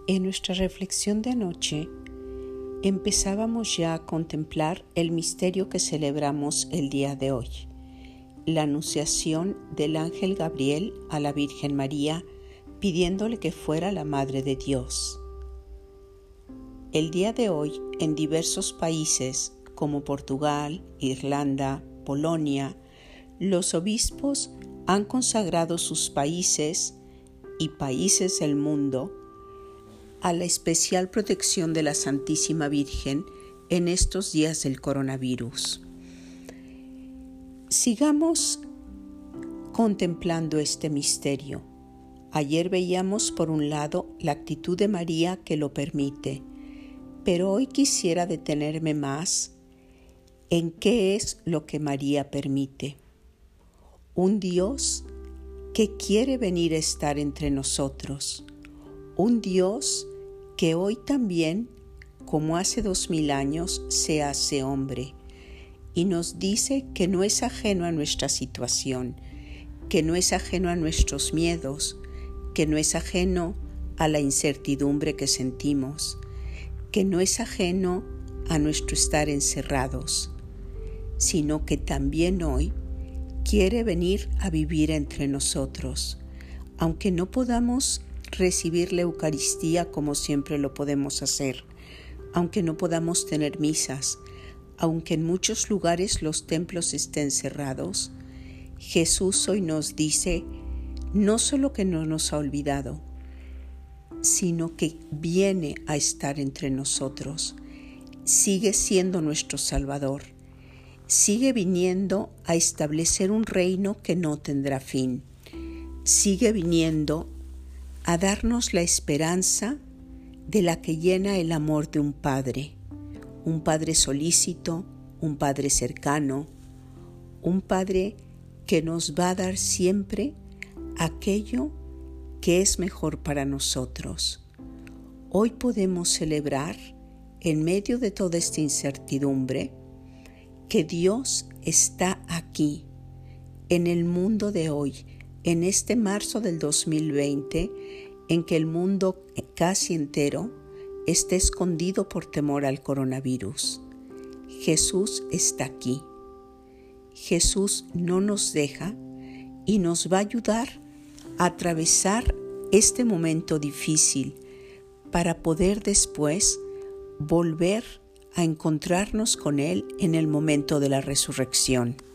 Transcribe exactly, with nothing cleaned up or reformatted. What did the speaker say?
En nuestra reflexión de anoche empezábamos ya a contemplar el misterio que celebramos el día de hoy, la anunciación del ángel Gabriel a la Virgen María pidiéndole que fuera la Madre de Dios. El día de hoy, en diversos países como Portugal, Irlanda, Polonia, los obispos han consagrado sus países y países del mundo a la especial protección de la Santísima Virgen en estos días del coronavirus. Sigamos contemplando este misterio. Ayer veíamos por un lado la actitud de María que lo permite, pero hoy quisiera detenerme más en qué es lo que María permite. Un Dios que quiere venir a estar entre nosotros, un Dios que hoy también, como hace dos mil años, se hace hombre y nos dice que no es ajeno a nuestra situación, que no es ajeno a nuestros miedos, que no es ajeno a la incertidumbre que sentimos, que no es ajeno a nuestro estar encerrados, sino que también hoy quiere venir a vivir entre nosotros, aunque no podamos recibir la Eucaristía como siempre lo podemos hacer, aunque no podamos tener misas, aunque en muchos lugares los templos estén cerrados. Jesús hoy nos dice no solo que no nos ha olvidado, sino que viene a estar entre nosotros, sigue siendo nuestro Salvador, sigue viniendo a establecer un reino que no tendrá fin, sigue viniendo a darnos la esperanza de la que llena el amor de un Padre, un Padre solícito, un Padre cercano, un Padre que nos va a dar siempre aquello que es mejor para nosotros. Hoy podemos celebrar, en medio de toda esta incertidumbre, que Dios está aquí, en el mundo de hoy, en este marzo del dos mil veinte, en que el mundo casi entero está escondido por temor al coronavirus. Jesús está aquí. Jesús no nos deja y nos va a ayudar a atravesar este momento difícil para poder después volver a encontrarnos con Él en el momento de la resurrección.